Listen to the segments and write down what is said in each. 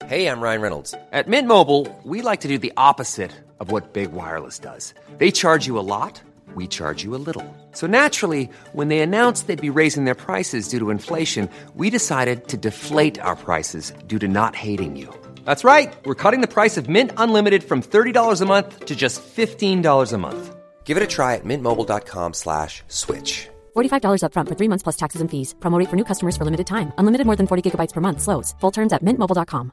Hey, I'm Ryan Reynolds. At Mint Mobile, we like to do the opposite of what Big Wireless does. They charge you a lot, we charge you a little. So naturally, when they announced they'd be raising their prices due to inflation, we decided to deflate our prices due to not hating you. That's right. We're cutting the price of Mint Unlimited from $30 a month to just $15 a month. Give it a try at mintmobile.com/switch. $45 up front for 3 months plus taxes and fees. Promo rate for new customers for limited time. Unlimited more than 40 gigabytes per month. Slows full terms at mintmobile.com.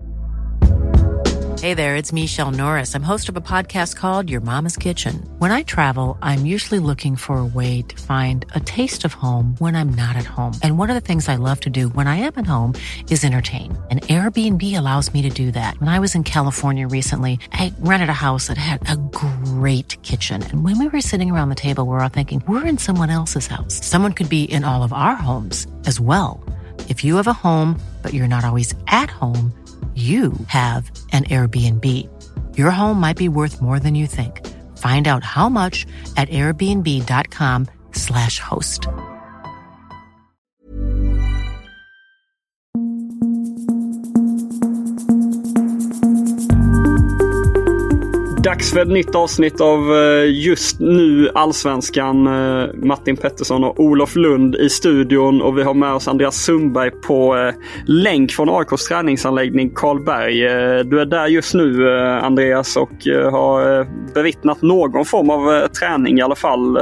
Hey there, it's Michelle Norris. I'm host of a podcast called Your Mama's Kitchen. When I travel, I'm usually looking for a way to find a taste of home when I'm not at home. And one of the things I love to do when I am at home is entertain. And Airbnb allows me to do that. When I was in California recently, I rented a house that had a great kitchen. And when we were sitting around the table, we're all thinking, we're in someone else's house. Someone could be in all of our homes as well. If you have a home, but you're not always at home, you have an Airbnb. Your home might be worth more than you think. Find out how much at airbnb.com/host. Dags för ett nytt avsnitt av just nu Allsvenskan. Martin Pettersson och Olof Lund i studion, och vi har med oss Andreas Sundberg på länk från AIKs träningsanläggning Karlberg. Du är där just nu, Andreas, och har bevittnat någon form av träning i alla fall.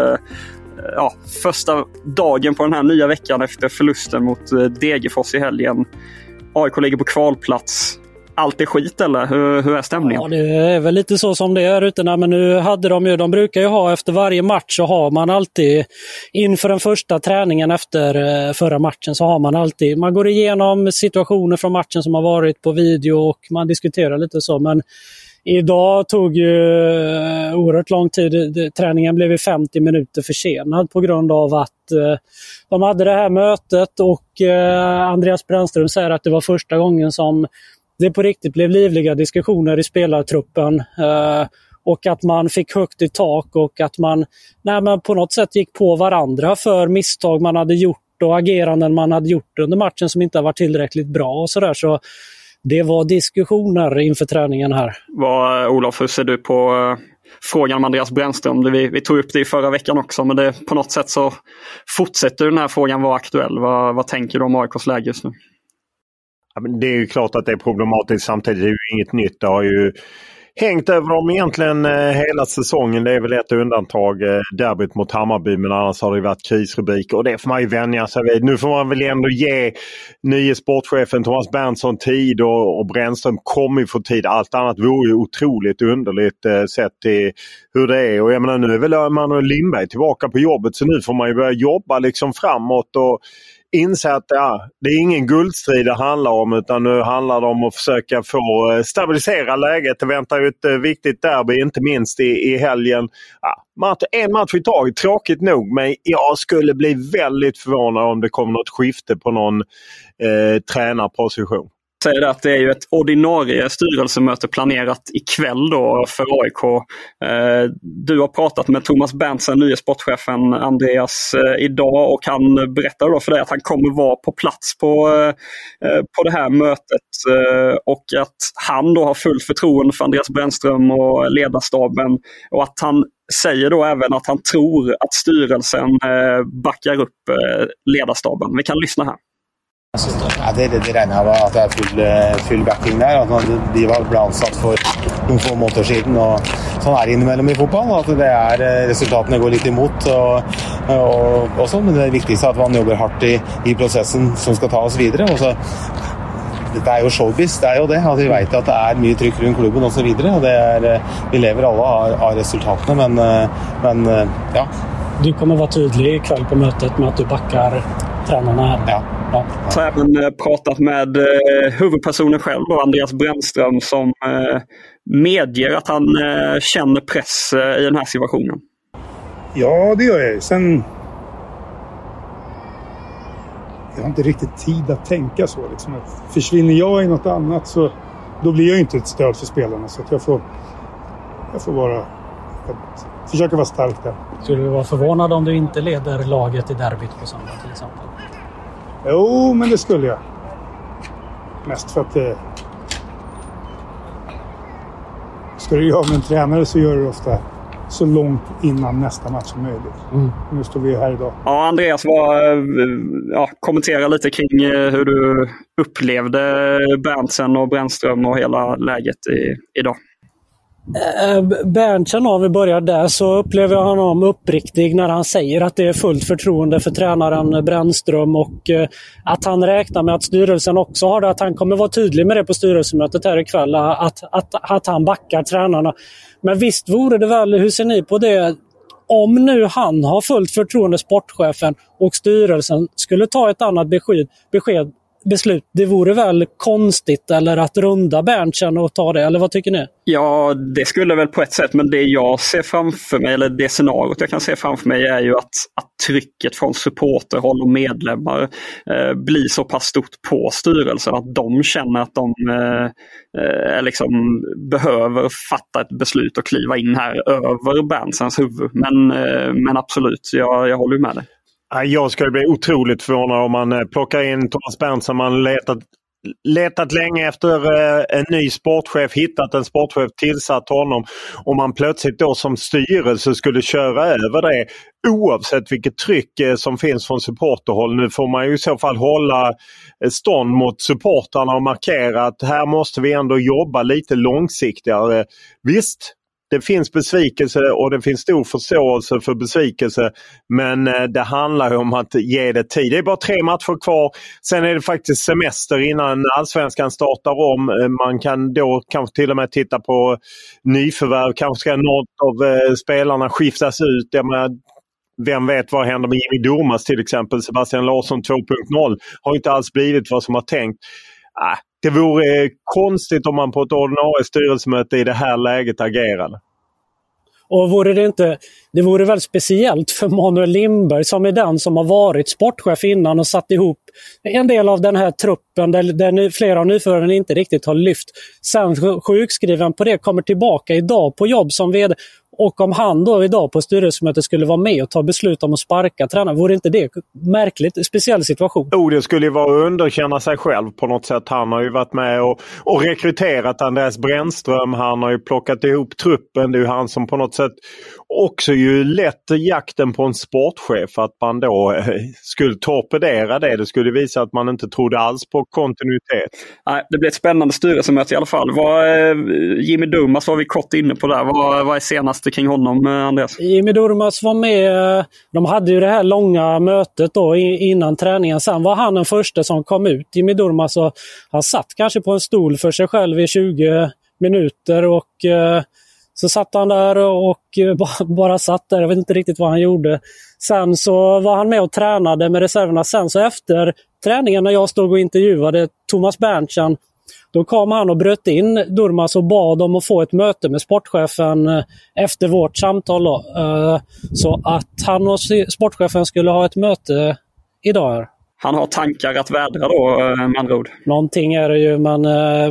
Första dagen på den här nya veckan efter förlusten mot Degerfors i helgen. AIK ligger på kvalplats. Allt är skit, eller? Hur är stämningen? Ja, det är väl lite så som det är ute. Men nu hade de brukar ju ha efter varje match, så har man alltid inför den första träningen efter förra matchen, så har man går igenom situationer från matchen som har varit på video och man diskuterar lite så. Men idag tog ju oerhört lång tid. Träningen blev 50 minuter försenad på grund av att de hade det här mötet, och Andreas Brännström säger att det var första gången som det på riktigt blev livliga diskussioner i spelartruppen, och att man fick högt i tak, och att man på något sätt gick på varandra för misstag man hade gjort och ageranden man hade gjort under matchen som inte har varit tillräckligt bra och sådär. Så det var diskussioner inför träningen här. Olof, hur ser du på frågan om Andreas Brännström? Vi tog upp det i förra veckan också, men det, på något sätt så fortsätter den här frågan vara aktuell. Vad tänker du om AIKs läge just nu? Ja, men det är ju klart att det är problematiskt, samtidigt är det ju inget nytt. Det har ju hängt över dem egentligen hela säsongen. Det är väl ett undantag, derbyt mot Hammarby, men annars har det varit krisrubriker, och det får man ju vänja sig vid. Nu får man väl ändå ge nye sportchefen Thomas Berntsson tid, och Brännström kommer ju få tid. Allt annat vore ju otroligt underligt sett till hur det är. Och jag menar, nu är väl Emanuel Lindberg tillbaka på jobbet, så nu får man ju börja jobba liksom framåt och inse att det är ingen guldstrid det handlar om, utan nu handlar det om att försöka få stabilisera läget. Det väntar ju ett viktigt derby, inte minst i helgen. En match i taget, tråkigt nog, men jag skulle bli väldigt förvånad om det kommer något skifte på någon tränarposition. Säger att det är ju ett ordinarie styrelsemöte planerat ikväll då för AIK. Du har pratat med Thomas Berntsson, nye sportchefen, Andreas, idag, och han berättar då för dig att han kommer vara på plats på det här mötet, och att han då har full förtroende för Andreas Brännström och ledarstaben, och att han säger då även att han tror att styrelsen backar upp ledarstaben. Vi kan lyssna här. Ja, det regner jeg med at det er full backing der. At de ble ansatt for noen få måneder siden, og sånn er det innimellom i fotball, at det resultatene går litt imot og sånn, men det viktigste er at man jobber hardt i prosessen som skal ta oss videre. Og så, dette er jo showbiz, det er jo det, at vi vet at det er mye trykk rundt klubben og så videre, og vi lever alle av resultatene, men ja. Du kommer vara tydlig ikväll på mötet med att du backar tränarna här. Ja. Jag har även pratat med huvudpersonen själv, då, Andreas Brännström, som medger att han känner press i den här situationen. Ja, det gör jag. Sen jag har inte riktigt tid att tänka så. Liksom. Försvinner jag i något annat, så då blir jag inte ett stöd för spelarna. Så att jag får försöka vara stark där. Skulle du vara förvånad om du inte leder laget i derbyt på söndag till exempel? Jo, men det skulle jag. Mest för att ska du göra med en tränare så gör du ofta så långt innan nästa match som möjligt. Nu står vi här idag. Ja, Andreas, kommentera lite kring hur du upplevde Berntsen och Brännström och hela läget idag. Berntsen, om vi börjar där, så upplever jag honom uppriktig när han säger att det är fullt förtroende för tränaren Brännström och att han räknar med att styrelsen också har det, att han kommer vara tydlig med det på styrelsemötet här ikväll, att han backar tränarna. Men visst vore det väl, hur ser ni på det, om nu han har fullt förtroende, sportchefen, och styrelsen skulle ta ett annat beslut, det vore väl konstigt eller att runda Berntsen och ta det, eller vad tycker ni? Ja, det skulle väl på ett sätt, men det jag ser framför mig, eller det scenariot jag kan se framför mig, är ju att trycket från supporterhåll och medlemmar blir så pass stort på styrelsen att de känner att de behöver fatta ett beslut och kliva in här över Berntsens huvud. Men absolut, jag håller med dig. Jag skulle bli otroligt förvånad om man plockar in Thomas Berntsen. Man letat länge efter en ny sportchef, hittat en sportchef, tillsatt honom. Och man plötsligt då som styrelse skulle köra över det oavsett vilket tryck som finns från supporterhåll. Nu får man ju i så fall hålla stånd mot supportarna och markera att här måste vi ändå jobba lite långsiktigare. Visst, det finns besvikelse och det finns stor förståelse för besvikelse, men det handlar ju om att ge det tid. Det är bara 3 matcher kvar. Sen är det faktiskt semester innan allsvenskan startar om. Man kan då kanske till och med titta på nyförvärv. Kanske ska något av spelarna skiftas ut. Vem vet vad händer med Jimmy Durmaz till exempel? Sebastian Larsson 2.0 har inte alls blivit vad som har tänkt. Det vore konstigt om man på ett ordinarie styrelsemöte i det här läget agerade. Och det vore väl speciellt för Manuel Lindberg, som är den som har varit sportchef innan och satt ihop en del av den här truppen där flera av nyförvärven inte riktigt har lyft. Sen sjukskriven på det, kommer tillbaka idag på jobb som vd. Och om han då idag på styrelsemötet skulle vara med och ta beslut om att sparka tränaren, vore inte det märkligt, speciell situation? Det skulle ju vara att underkänna sig själv på något sätt. Han har ju varit med och rekryterat Andreas Brännström. Han har ju plockat ihop truppen. Det är ju han som på något sätt också ju lett jakten på en sportchef. Att man då skulle torpedera det. Det skulle visa att man inte trodde alls på kontinuitet. Nej, det blir ett spännande styrelsemöte i alla fall. Jimmy Durmaz var vi kort inne på där. Vad är senaste kring honom, Andreas? Jimmy Durmaz var med. De hade ju det här långa mötet då innan träningen. Sen var han den första som kom ut. Jimmy Durmaz, och han satt kanske på en stol för sig själv i 20 minuter och så satt han där och bara satt där. Jag vet inte riktigt vad han gjorde. Sen så var han med och tränade med reserverna. Sen så efter träningen, när jag stod och intervjuade Thomas Berntsen, då kom han och bröt in Durmaz och bad om att få ett möte med sportchefen efter vårt samtal då. Så att han och sportchefen skulle ha ett möte idag. Han har tankar att vädra då, med andra ord. Någonting är det ju, men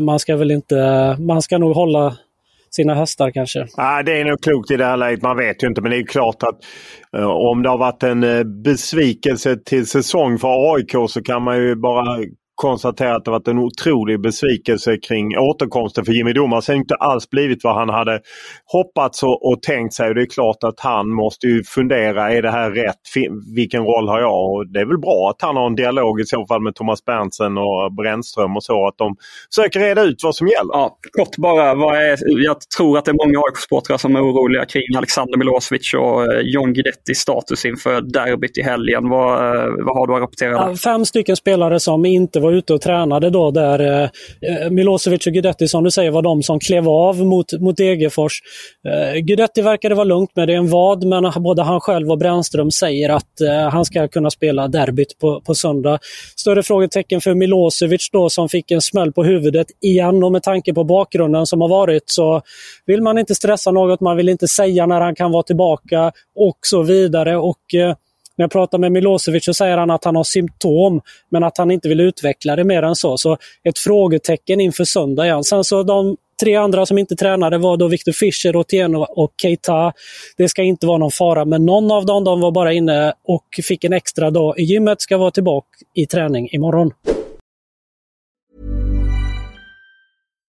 man ska nog hålla sina hästar kanske. Det är nog klokt i det här läget, man vet ju inte, men det är klart att om det har varit en besvikelse till säsong för AIK så kan man ju bara konstatera att det varit en otrolig besvikelse kring återkomsten för Jimmy Durmaz. Det har inte alls blivit vad han hade hoppats och tänkt sig. Och det är klart att han måste ju fundera, är det här rätt? Vilken roll har jag? Och det är väl bra att han har en dialog i så fall med Thomas Berntsen och Brännström och så, att de försöker reda ut vad som gäller. Ja, kort bara, jag tror att det är många AIK-supportrar som är oroliga kring Alexander Milosevic och John Guidetti status inför derbyt i helgen. Vad har du att rapportera där? 5 stycken spelare som inte var ute och tränade då, där Milosevic och Guidetti, som du säger, var de som klev av mot Degerfors. Guidetti verkade vara lugnt med det, en vad, men både han själv och Brännström säger att han ska kunna spela derbyt på söndag. Större frågetecken för Milosevic då, som fick en smäll på huvudet igen, och med tanke på bakgrunden som har varit så vill man inte stressa något, man vill inte säga när han kan vara tillbaka och så vidare. Och när jag pratar med Milosevic så säger han att han har symptom, men att han inte vill utveckla det mer än så. Så ett frågetecken inför söndag igen. Sen så de 3 andra som inte tränade var då Victor Fischer, Otieno och Keita. Det ska inte vara någon fara, men någon av dem, de var bara inne och fick en extra dag i gymmet, ska vara tillbaka i träning imorgon.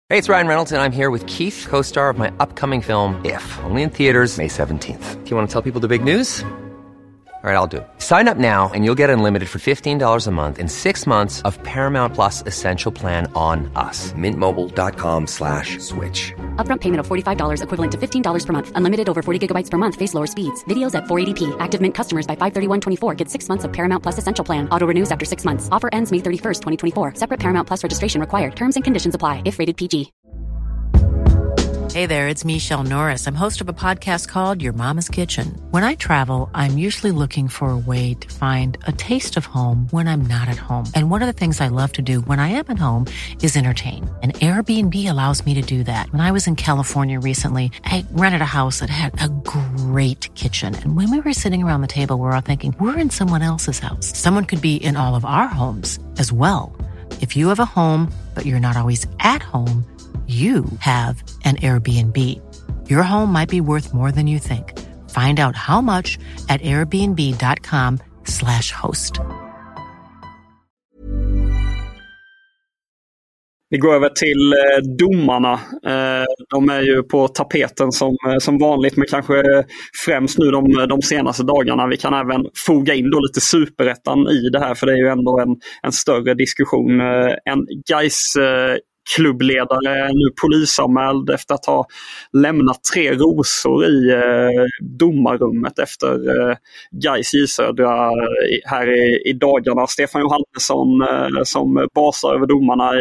Hey, it's Ryan Reynolds, and I'm here with Keith, co-star of my upcoming film, If, only in theaters May 17th. Do you want to tell people the big news? All right, I'll do it. Sign up now and you'll get unlimited for $15 a month and 6 months of Paramount Plus Essential Plan on us. MintMobile.com/switch. Upfront payment of $45 equivalent to $15 per month. Unlimited over 40 gigabytes per month. Face lower speeds. Videos at 480p. Active Mint customers by 531.24 get 6 months of Paramount Plus Essential Plan. Auto renews after 6 months. Offer ends May 31st, 2024. Separate Paramount Plus registration required. Terms and conditions apply if rated PG. Hey there, it's Michelle Norris. I'm host of a podcast called Your Mama's Kitchen. When I travel, I'm usually looking for a way to find a taste of home when I'm not at home. And one of the things I love to do when I am at home is entertain. And Airbnb allows me to do that. When I was in California recently, I rented a house that had a great kitchen. And when we were sitting around the table, we were all thinking, we're in someone else's house. Someone could be in all of our homes as well. If you have a home, but you're not always at home, you have an Airbnb. Your home might be worth more than you think. Find out how much at airbnb.com/host. Vi går över till domarna. De är ju på tapeten som vanligt, men kanske främst nu de senaste dagarna. Vi kan även foga in då lite superettan i det här, för det är ju ändå en större diskussion. En Gais klubbledare är nu polisanmäld efter att ha lämnat 3 rosor i domarrummet efter Gais J Södra här i dagarna. Stefan Johannesson som basar över domarna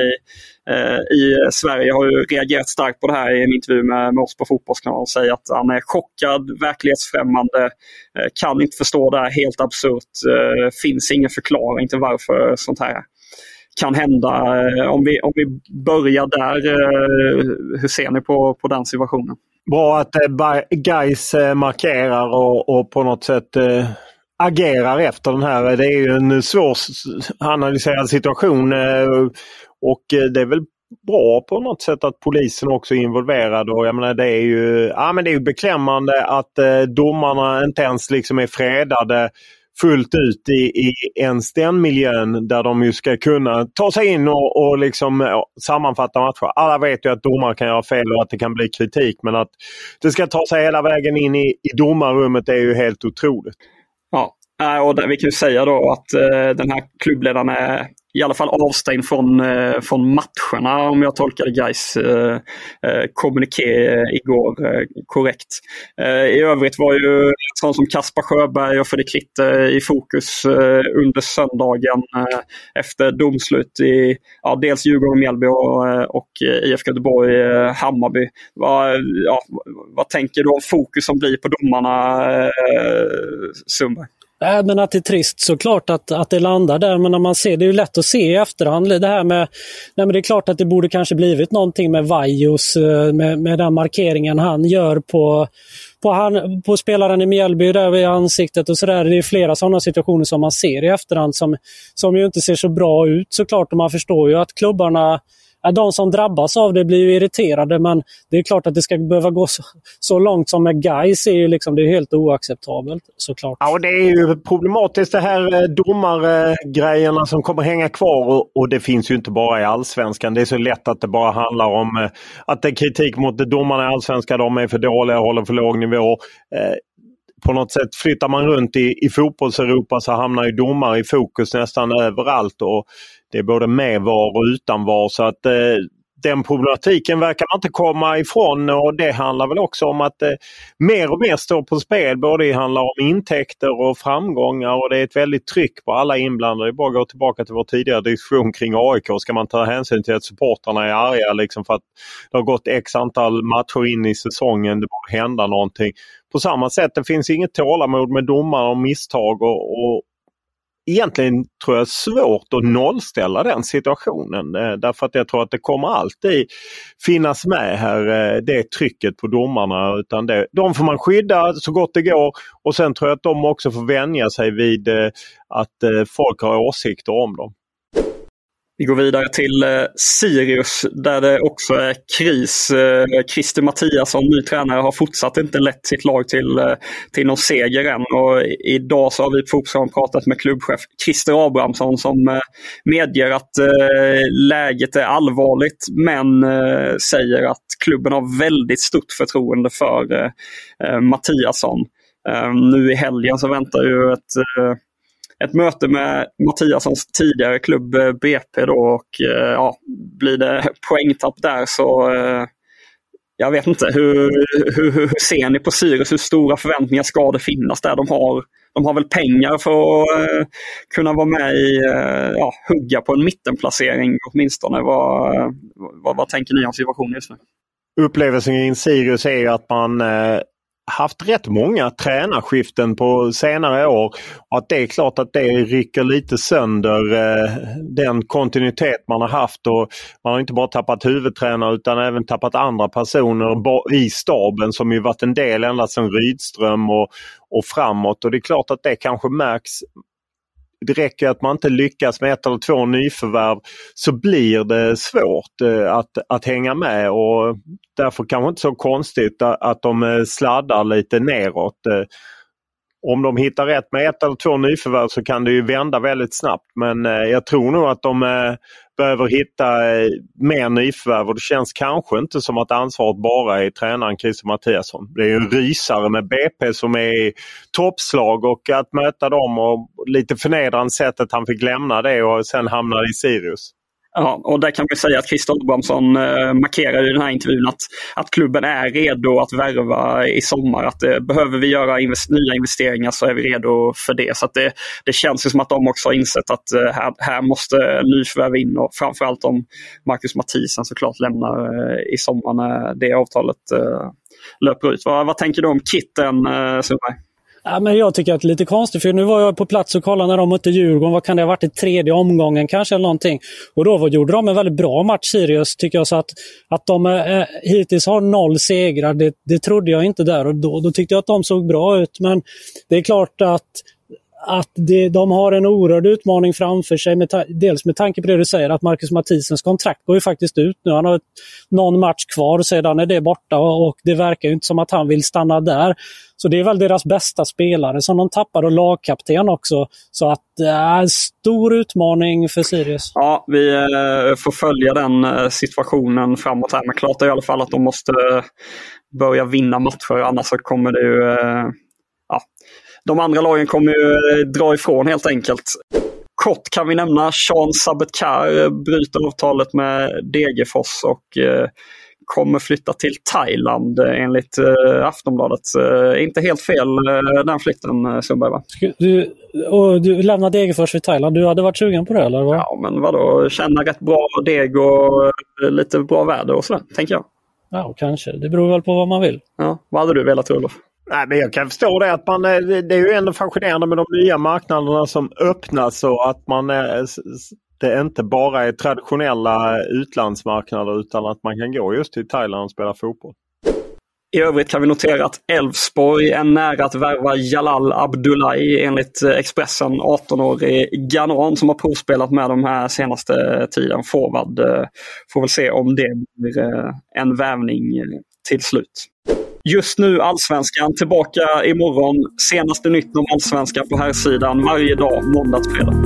i Sverige har ju reagerat starkt på det här i en intervju med oss på Fotbollskanalen och säger att han är chockad, verklighetsfrämmande, kan inte förstå det här, helt absurt, finns ingen förklaring till varför sånt här kan hända. Om vi börjar där, hur ser ni på den situationen? Bra att Gais markerar och på något sätt agerar efter den här. Det är ju en svår analyserad situation och det är väl bra på något sätt att polisen också är involverad. Och jag menar, det är ju beklämmande att domarna inte ens liksom är fredade fullt ut i ens den miljön där de ju ska kunna ta sig in och liksom sammanfatta matcher. Alla vet ju att domare kan göra fel och att det kan bli kritik, men att det ska ta sig hela vägen in i domarrummet är ju helt otroligt. Ja, och vi kan ju säga då att den här klubbledaren är i alla fall avstängd från matcherna, om jag tolkade Gais kommuniké igår korrekt. I övrigt var ju en sån som Kaspar Sjöberg och Fredrik Klitte i fokus under söndagen efter domslut i dels Djurgården, Mjällby och IFK Göteborg, Hammarby. Vad tänker du om fokus som blir på domarna, Sundberg? Men att det är trist såklart att det landar där, men när man ser, det är ju lätt att se i efterhand det här med, nej men det är klart att det borde kanske blivit någonting med Vaios, med den markeringen han gör på spelaren i Mjällby där vid ansiktet och sådär. Det är flera sådana situationer som man ser i efterhand som ju inte ser så bra ut såklart, och man förstår ju att klubbarna, de som drabbas av det blir ju irriterade, men det är klart att det ska behöva gå så långt som med Gais är ju liksom, det är helt oacceptabelt såklart. Ja, och det är ju problematiskt det här domargrejerna som kommer hänga kvar, och det finns ju inte bara i Allsvenskan. Det är så lätt att det bara handlar om att det är kritik mot domarna i Allsvenskan, de är för dåliga och håller för låg nivå. På något sätt flyttar man runt i fotbolls-Europa så hamnar ju domare i fokus nästan överallt, och det är både med var och utan var, så att den problematiken verkar man inte komma ifrån, och det handlar väl också om att mer och mer står på spel. Både det handlar om intäkter och framgångar, och det är ett väldigt tryck på alla inblandade. Det bara gå tillbaka till vår tidigare diskussion kring AIK. Ska man ta hänsyn till att supportarna är arga liksom för att det har gått x antal matcher in i säsongen, det borde hända någonting. På samma sätt, det finns inget tålamod med domar och misstag, och egentligen tror jag svårt att nollställa den situationen, därför att jag tror att det kommer alltid finnas med här, det trycket på domarna, utan de får man skydda så gott det går, och sen tror jag att de också får vänja sig vid att folk har åsikter om dem. Vi går vidare till Sirius där det också är kris. Christer Mattiasson, ny tränare, har fortsatt inte lett sitt lag till någon seger än. Och idag så har vi på Fotbollskanalen pratat med klubbchef Christer Abrahamsson som medger att läget är allvarligt, men säger att klubben har väldigt stort förtroende för Mattiasson. Nu i helgen så väntar ju ett möte med Mattiassons tidigare klubb BP då, och blir det poängtapp där så jag vet inte, hur ser ni på Sirius? Hur stora förväntningar ska det finnas där? De har väl pengar för att kunna vara med i hugga på en mittenplacering åtminstone. Vad tänker ni om situationen just nu? Upplevelsen i Sirius är ju att man haft rätt många tränarskiften på senare år, och att det är klart att det rycker lite sönder den kontinuitet man har haft, och man har inte bara tappat huvudtränare utan även tappat andra personer i staben som ju varit en del ända sedan Rydström och framåt, och det är klart att det kanske märks. Det räcker att man inte lyckas med 1 eller 2 nyförvärv så blir det svårt att hänga med, och därför kanske inte så konstigt att de sladdar lite neråt. Om de hittar rätt med 1 eller 2 nyförvärv så kan det ju vända väldigt snabbt, men jag tror nog att de behöver hitta mer nyförvärv, och det känns kanske inte som att ansvaret bara är tränaren Christer Mattiasson. Det är ju en rysare med BP som är i toppslag, och att möta dem och lite förnedrande sättet han fick lämna det och sen hamnar i Sirius. Ja, och där kan vi säga att Christer Abrahamsson markerar i den här intervjun att klubben är redo att värva i sommar. Att behöver vi göra nya investeringar så är vi redo för det. Så att det känns ju som att de också har insett att här måste nyförvärv in, och framförallt om Marcus Mathisen såklart lämnar i sommar när det avtalet löper ut. Vad tänker du om Kitten, Sundberg? Ja, men jag tycker att det är lite konstigt, för nu var jag på plats och kollade när de mötte Djurgården. Vad kan det ha varit i 3:e omgången kanske eller någonting. Och då gjorde de en väldigt bra match, Sirius, tycker jag. Så att de hittills har 0 segrar, det trodde jag inte där. Och då tyckte jag att de såg bra ut. Men det är klart att de har en oerhörd utmaning framför sig, dels med tanke på det du säger, att Marcus Mathisens kontrakt går ju faktiskt ut nu. Han har någon match kvar och sedan är det borta, och det verkar ju inte som att han vill stanna där. Så det är väl deras bästa spelare som de tappar, och lagkapten också. Så att det är en stor utmaning för Sirius. Ja, vi får följa den situationen framåt här. Men klart är i alla fall att de måste börja vinna matcher, annars så kommer det ju... De andra lagen kommer ju dra ifrån helt enkelt. Kort kan vi nämna Sean Sabetkar bryter avtalet med Degerfors och kommer flytta till Thailand enligt Aftonbladet. Inte helt fel den flytten, Sundberg, va? Du lämnade Degerfors för Thailand. Du hade varit sugen på det, eller vad? Ja, men vadå? Känna rätt bra deg och lite bra väder och sådär, tänker jag. Ja, kanske. Det beror väl på vad man vill. Ja, vad hade du velat, Olof? Nej, men jag kan förstå det, att det är ju ändå fascinerande med de nya marknaderna som öppnas, och att det inte bara är traditionella utlandsmarknader utan att man kan gå just till Thailand och spela fotboll. I övrigt kan vi notera att Elfsborg är nära att värva Jalal Abdullahi, enligt Expressen, 18-årig ghanan som har provspelat med de här senaste tiden. Forward, får väl se om det blir en värvning till slut. Just nu Allsvenskan, tillbaka imorgon. Senaste nytt om Allsvenskan på här sidan varje dag, måndag till fredag.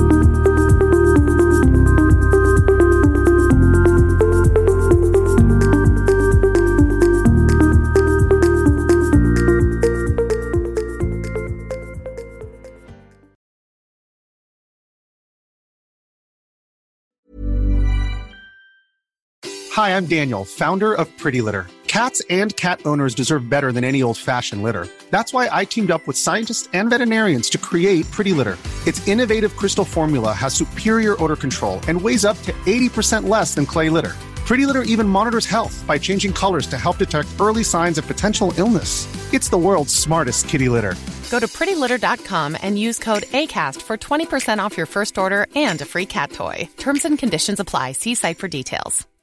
Hi, I'm Daniel, founder of Pretty Litter. Cats and cat owners deserve better than any old-fashioned litter. That's why I teamed up with scientists and veterinarians to create Pretty Litter. Its innovative crystal formula has superior odor control and weighs up to 80% less than clay litter. Pretty Litter even monitors health by changing colors to help detect early signs of potential illness. It's the world's smartest kitty litter. Go to prettylitter.com and use code ACAST for 20% off your first order and a free cat toy. Terms and conditions apply. See site for details.